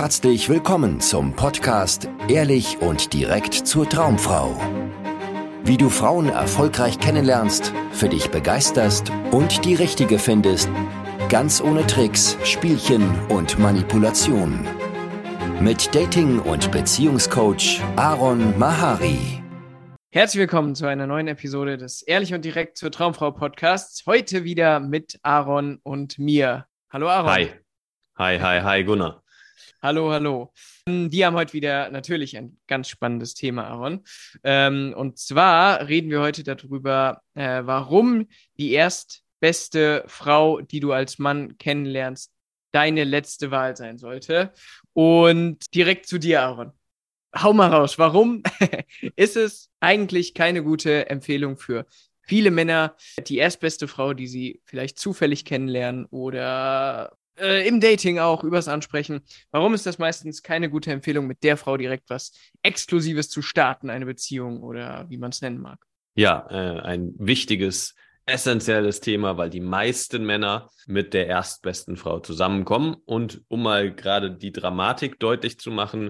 Herzlich willkommen zum Podcast Ehrlich und direkt zur Traumfrau. Wie du Frauen erfolgreich kennenlernst, für dich begeisterst und die richtige findest, ganz ohne Tricks, Spielchen und Manipulation. Mit Dating- und Beziehungscoach Aaron Mahari. Herzlich willkommen zu einer neuen Episode des Ehrlich und direkt zur Traumfrau Podcasts. Heute wieder mit Aaron und mir. Hallo Aaron. Hi Gunnar. Hallo. Wir haben heute wieder natürlich ein ganz spannendes Thema, Aaron. Und zwar reden wir heute darüber, warum die erstbeste Frau, die du als Mann kennenlernst, deine letzte Wahl sein sollte. Und direkt zu dir, Aaron. Hau mal raus, warum ist es eigentlich keine gute Empfehlung für viele Männer, die erstbeste Frau, die sie vielleicht zufällig kennenlernen oder im Dating auch übers Ansprechen, warum ist das meistens keine gute Empfehlung, mit der Frau direkt was Exklusives zu starten, eine Beziehung oder wie man es nennen mag? Ja, ein wichtiges, essentielles Thema, weil die meisten Männer mit der erstbesten Frau zusammenkommen. Und um mal gerade die Dramatik deutlich zu machen,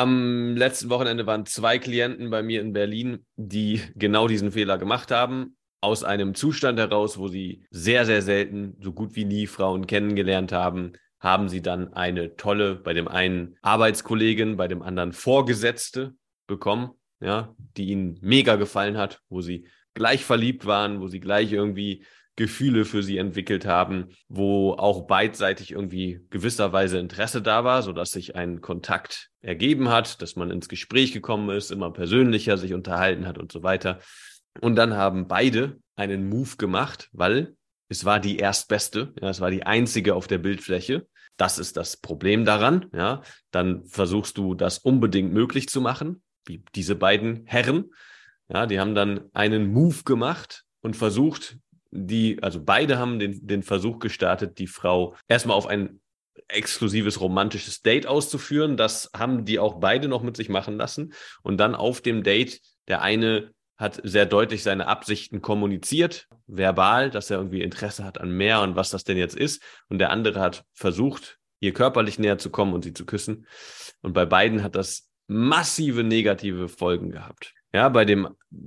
am letzten Wochenende waren 2 Klienten bei mir in Berlin, die genau diesen Fehler gemacht haben. Aus einem Zustand heraus, wo sie sehr, sehr selten, so gut wie nie Frauen kennengelernt haben, haben sie dann eine tolle, bei dem einen Arbeitskollegin, bei dem anderen Vorgesetzte bekommen, ja, die ihnen mega gefallen hat, wo sie gleich verliebt waren, wo sie gleich irgendwie Gefühle für sie entwickelt haben, wo auch beidseitig irgendwie gewisserweise Interesse da war, sodass sich ein Kontakt ergeben hat, dass man ins Gespräch gekommen ist, immer persönlicher sich unterhalten hat und so weiter. Und dann haben beide einen Move gemacht, weil es war die erstbeste, ja, es war die einzige auf der Bildfläche. Das ist das Problem daran, ja. Dann versuchst du das unbedingt möglich zu machen, wie diese beiden Herren. Ja, die haben dann einen Move gemacht und versucht, also beide haben den Versuch gestartet, die Frau erstmal auf ein exklusives romantisches Date auszuführen. Das haben die auch beide noch mit sich machen lassen. Und dann auf dem Date, der eine hat sehr deutlich seine Absichten kommuniziert, verbal, dass er irgendwie Interesse hat an mehr und was das denn jetzt ist. Und der andere hat versucht, ihr körperlich näher zu kommen und sie zu küssen. Und bei beiden hat das massive negative Folgen gehabt. Ja, bei dem,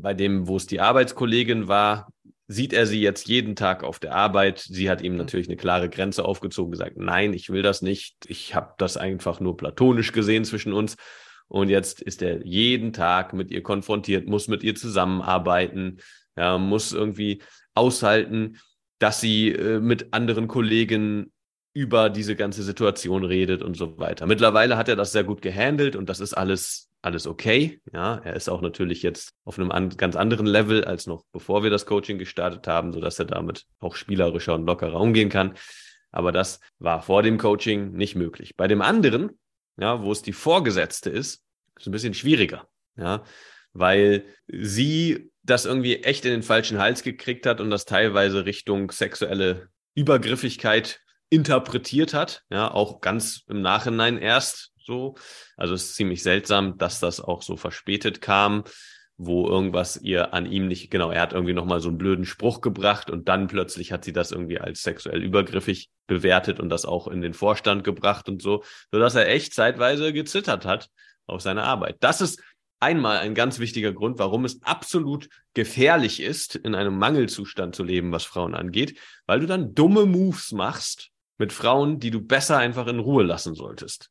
wo es die Arbeitskollegin war, sieht er sie jetzt jeden Tag auf der Arbeit. Sie hat ihm natürlich eine klare Grenze aufgezogen, gesagt, nein, ich will das nicht. Ich habe das einfach nur platonisch gesehen zwischen uns. Und jetzt ist er jeden Tag mit ihr konfrontiert, muss mit ihr zusammenarbeiten, ja, muss irgendwie aushalten, dass sie mit anderen Kollegen über diese ganze Situation redet und so weiter. Mittlerweile hat er das sehr gut gehandelt und das ist alles okay. Ja, er ist auch natürlich jetzt auf einem ganz anderen Level als noch bevor wir das Coaching gestartet haben, sodass er damit auch spielerischer und lockerer umgehen kann. Aber das war vor dem Coaching nicht möglich. Bei dem anderen, ja, wo es die Vorgesetzte ist es ein bisschen schwieriger, ja, weil sie das irgendwie echt in den falschen Hals gekriegt hat und das teilweise Richtung sexuelle Übergriffigkeit interpretiert hat, ja, auch ganz im Nachhinein erst so. Also es ist ziemlich seltsam, dass das auch so verspätet kam, wo irgendwas ihr an ihm nicht, genau, er hat irgendwie nochmal so einen blöden Spruch gebracht und dann plötzlich hat sie das irgendwie als sexuell übergriffig bewertet und das auch in den Vorstand gebracht und so, sodass er echt zeitweise gezittert hat auf seine Arbeit. Das ist einmal ein ganz wichtiger Grund, warum es absolut gefährlich ist, in einem Mangelzustand zu leben, was Frauen angeht, weil du dann dumme Moves machst mit Frauen, die du besser einfach in Ruhe lassen solltest.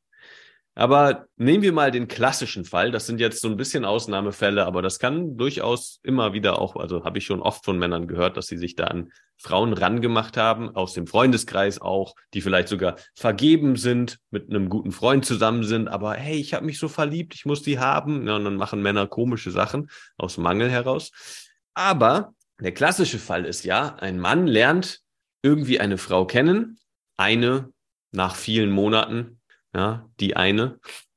Aber nehmen wir mal den klassischen Fall. Das sind jetzt so ein bisschen Ausnahmefälle, aber das kann durchaus immer wieder auch, also habe ich schon oft von Männern gehört, dass sie sich da an Frauen rangemacht haben, aus dem Freundeskreis auch, die vielleicht sogar vergeben sind, mit einem guten Freund zusammen sind, aber hey, ich habe mich so verliebt, ich muss die haben. Ja, und dann machen Männer komische Sachen aus Mangel heraus. Aber der klassische Fall ist ja, ein Mann lernt irgendwie eine Frau kennen, eine nach vielen Monaten, ja, die eine.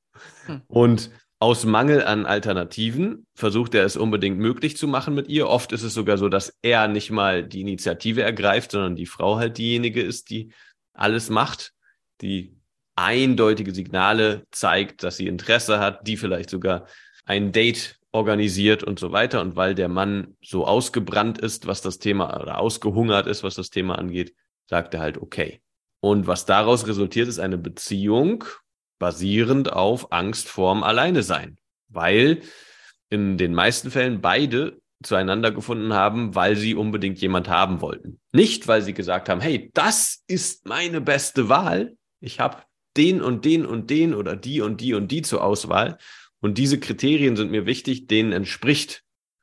Und aus Mangel an Alternativen versucht er es unbedingt möglich zu machen mit ihr. Oft ist es sogar so, dass er nicht mal die Initiative ergreift, sondern die Frau halt diejenige ist, die alles macht, die eindeutige Signale zeigt, dass sie Interesse hat, die vielleicht sogar ein Date organisiert und so weiter. Und weil der Mann so ausgebrannt ist, was das Thema, oder ausgehungert ist, was das Thema angeht, sagt er halt okay. Und was daraus resultiert, ist eine Beziehung, basierend auf Angst vorm Alleinesein, weil in den meisten Fällen beide zueinander gefunden haben, weil sie unbedingt jemand haben wollten. Nicht, weil sie gesagt haben, hey, das ist meine beste Wahl. Ich habe den und den und den oder die und die und die zur Auswahl. Und diese Kriterien sind mir wichtig, denen entspricht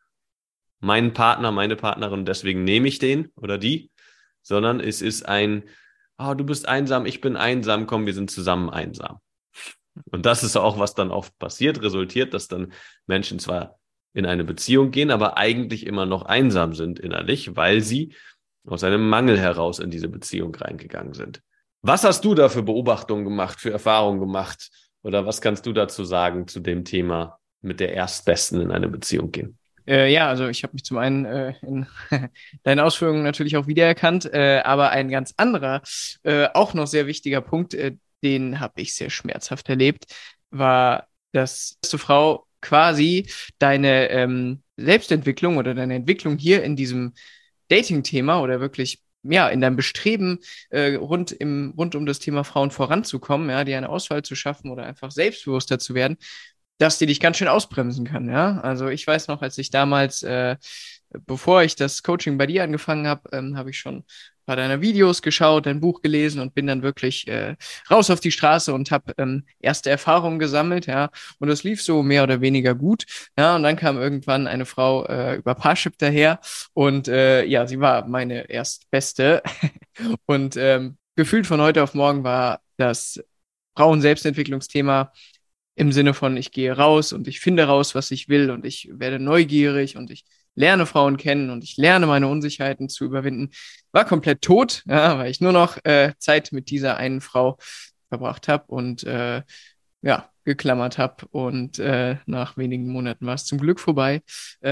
mein Partner, meine Partnerin, deswegen nehme ich den oder die. Sondern es ist ein, du bist einsam, ich bin einsam, komm, wir sind zusammen einsam. Und das ist auch, was dann oft passiert, resultiert, dass dann Menschen zwar in eine Beziehung gehen, aber eigentlich immer noch einsam sind innerlich, weil sie aus einem Mangel heraus in diese Beziehung reingegangen sind. Was hast du da für Beobachtungen gemacht, für Erfahrungen gemacht? Oder was kannst du dazu sagen zu dem Thema mit der Erstbesten in eine Beziehung gehen? Ja, also ich habe mich zum einen in deinen Ausführungen natürlich auch wiedererkannt, aber ein ganz anderer, auch noch sehr wichtiger Punkt, den habe ich sehr schmerzhaft erlebt, war, dass die Frau quasi deine Selbstentwicklung oder deine Entwicklung hier in diesem Dating-Thema oder wirklich ja in deinem Bestreben rund um das Thema Frauen voranzukommen, ja, dir eine Auswahl zu schaffen oder einfach selbstbewusster zu werden, dass die dich ganz schön ausbremsen kann, ja. Also ich weiß noch, als ich damals, bevor ich das Coaching bei dir angefangen habe, habe ich schon ein paar deiner Videos geschaut, dein Buch gelesen und bin dann wirklich raus auf die Straße und habe erste Erfahrungen gesammelt, ja. Und das lief so mehr oder weniger gut, ja. Und dann kam irgendwann eine Frau über Parship daher und ja, sie war meine erstbeste und gefühlt von heute auf morgen war das Frauen-Selbstentwicklungsthema im Sinne von, ich gehe raus und ich finde raus, was ich will und ich werde neugierig und ich lerne Frauen kennen und ich lerne meine Unsicherheiten zu überwinden, war komplett tot, ja, weil ich nur noch Zeit mit dieser einen Frau verbracht habe und ja, geklammert habe und nach wenigen Monaten war es zum Glück vorbei,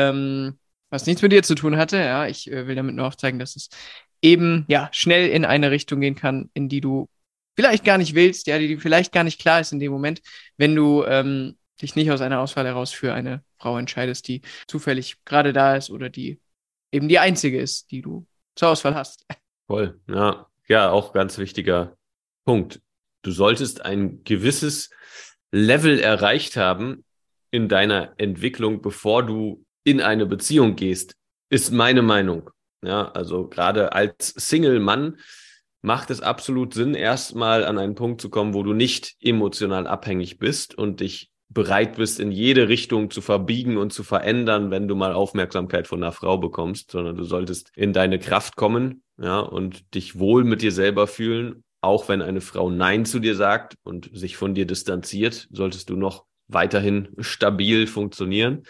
was nichts mit dir zu tun hatte, ja, ich will damit nur aufzeigen, dass es eben, ja, schnell in eine Richtung gehen kann, in die du vielleicht gar nicht willst, ja, die vielleicht gar nicht klar ist in dem Moment, wenn du dich nicht aus einer Auswahl heraus für eine Frau entscheidest, die zufällig gerade da ist oder die eben die einzige ist, die du zur Auswahl hast. Voll, ja. Ja, auch ganz wichtiger Punkt. Du solltest ein gewisses Level erreicht haben in deiner Entwicklung, bevor du in eine Beziehung gehst, ist meine Meinung. Ja, also gerade als Single-Mann macht es absolut Sinn, erstmal an einen Punkt zu kommen, wo du nicht emotional abhängig bist und dich bereit bist, in jede Richtung zu verbiegen und zu verändern, wenn du mal Aufmerksamkeit von einer Frau bekommst, sondern du solltest in deine Kraft kommen, ja, und dich wohl mit dir selber fühlen. Auch wenn eine Frau Nein zu dir sagt und sich von dir distanziert, solltest du noch weiterhin stabil funktionieren.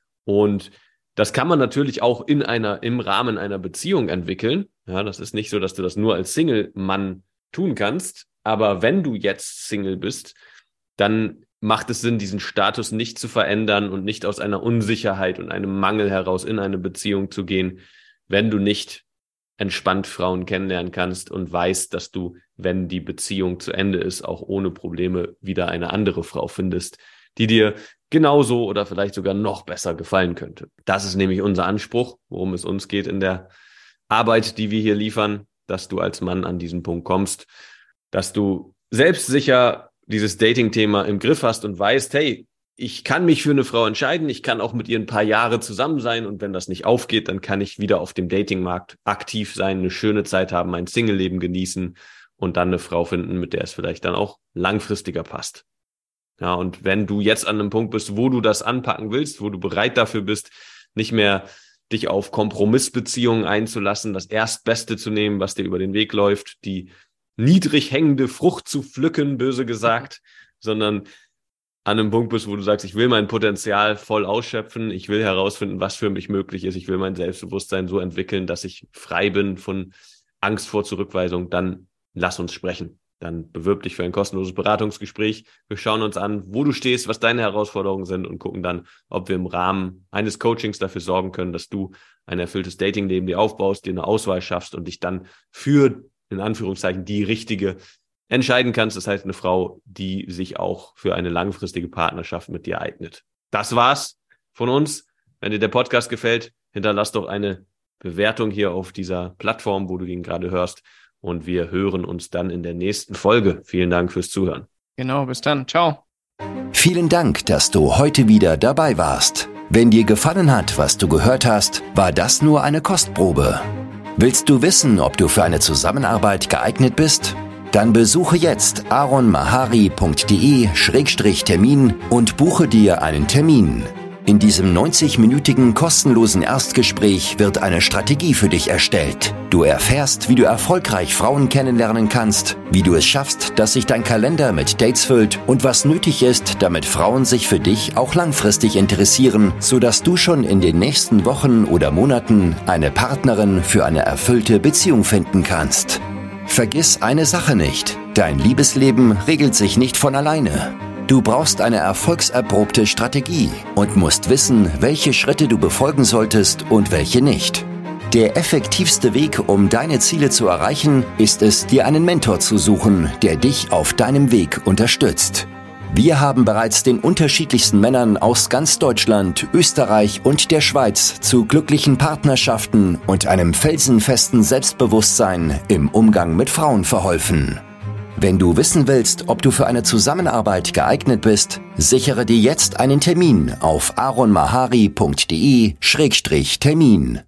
Und das kann man natürlich auch im Rahmen einer Beziehung entwickeln. Ja, das ist nicht so, dass du das nur als Single-Mann tun kannst. Aber wenn du jetzt Single bist, dann macht es Sinn, diesen Status nicht zu verändern und nicht aus einer Unsicherheit und einem Mangel heraus in eine Beziehung zu gehen, wenn du nicht entspannt Frauen kennenlernen kannst und weißt, dass du, wenn die Beziehung zu Ende ist, auch ohne Probleme wieder eine andere Frau findest, die dir genauso oder vielleicht sogar noch besser gefallen könnte. Das ist nämlich unser Anspruch, worum es uns geht in der Arbeit, die wir hier liefern, dass du als Mann an diesen Punkt kommst, dass du selbstsicher dieses Dating-Thema im Griff hast und weißt, hey, ich kann mich für eine Frau entscheiden, ich kann auch mit ihr ein paar Jahre zusammen sein und wenn das nicht aufgeht, dann kann ich wieder auf dem Datingmarkt aktiv sein, eine schöne Zeit haben, mein Single-Leben genießen und dann eine Frau finden, mit der es vielleicht dann auch langfristiger passt. Ja, und wenn du jetzt an einem Punkt bist, wo du das anpacken willst, wo du bereit dafür bist, nicht mehr dich auf Kompromissbeziehungen einzulassen, das Erstbeste zu nehmen, was dir über den Weg läuft, die niedrig hängende Frucht zu pflücken, böse gesagt, sondern an einem Punkt bist, wo du sagst, ich will mein Potenzial voll ausschöpfen, ich will herausfinden, was für mich möglich ist, ich will mein Selbstbewusstsein so entwickeln, dass ich frei bin von Angst vor Zurückweisung, dann lass uns sprechen. Dann bewirb dich für ein kostenloses Beratungsgespräch. Wir schauen uns an, wo du stehst, was deine Herausforderungen sind und gucken dann, ob wir im Rahmen eines Coachings dafür sorgen können, dass du ein erfülltes Datingleben dir aufbaust, dir eine Auswahl schaffst und dich dann für, in Anführungszeichen, die richtige entscheiden kannst. Das heißt, eine Frau, die sich auch für eine langfristige Partnerschaft mit dir eignet. Das war's von uns. Wenn dir der Podcast gefällt, hinterlass doch eine Bewertung hier auf dieser Plattform, wo du ihn gerade hörst. Und wir hören uns dann in der nächsten Folge. Vielen Dank fürs Zuhören. Genau, bis dann. Ciao. Vielen Dank, dass du heute wieder dabei warst. Wenn dir gefallen hat, was du gehört hast, war das nur eine Kostprobe. Willst du wissen, ob du für eine Zusammenarbeit geeignet bist? Dann besuche jetzt aronmahari.de/Termin und buche dir einen Termin. In diesem 90-minütigen kostenlosen Erstgespräch wird eine Strategie für dich erstellt. Du erfährst, wie du erfolgreich Frauen kennenlernen kannst, wie du es schaffst, dass sich dein Kalender mit Dates füllt und was nötig ist, damit Frauen sich für dich auch langfristig interessieren, sodass du schon in den nächsten Wochen oder Monaten eine Partnerin für eine erfüllte Beziehung finden kannst. Vergiss eine Sache nicht: Dein Liebesleben regelt sich nicht von alleine. Du brauchst eine erfolgserprobte Strategie und musst wissen, welche Schritte du befolgen solltest und welche nicht. Der effektivste Weg, um deine Ziele zu erreichen, ist es, dir einen Mentor zu suchen, der dich auf deinem Weg unterstützt. Wir haben bereits den unterschiedlichsten Männern aus ganz Deutschland, Österreich und der Schweiz zu glücklichen Partnerschaften und einem felsenfesten Selbstbewusstsein im Umgang mit Frauen verholfen. Wenn du wissen willst, ob du für eine Zusammenarbeit geeignet bist, sichere dir jetzt einen Termin auf aronmahari.de/Termin.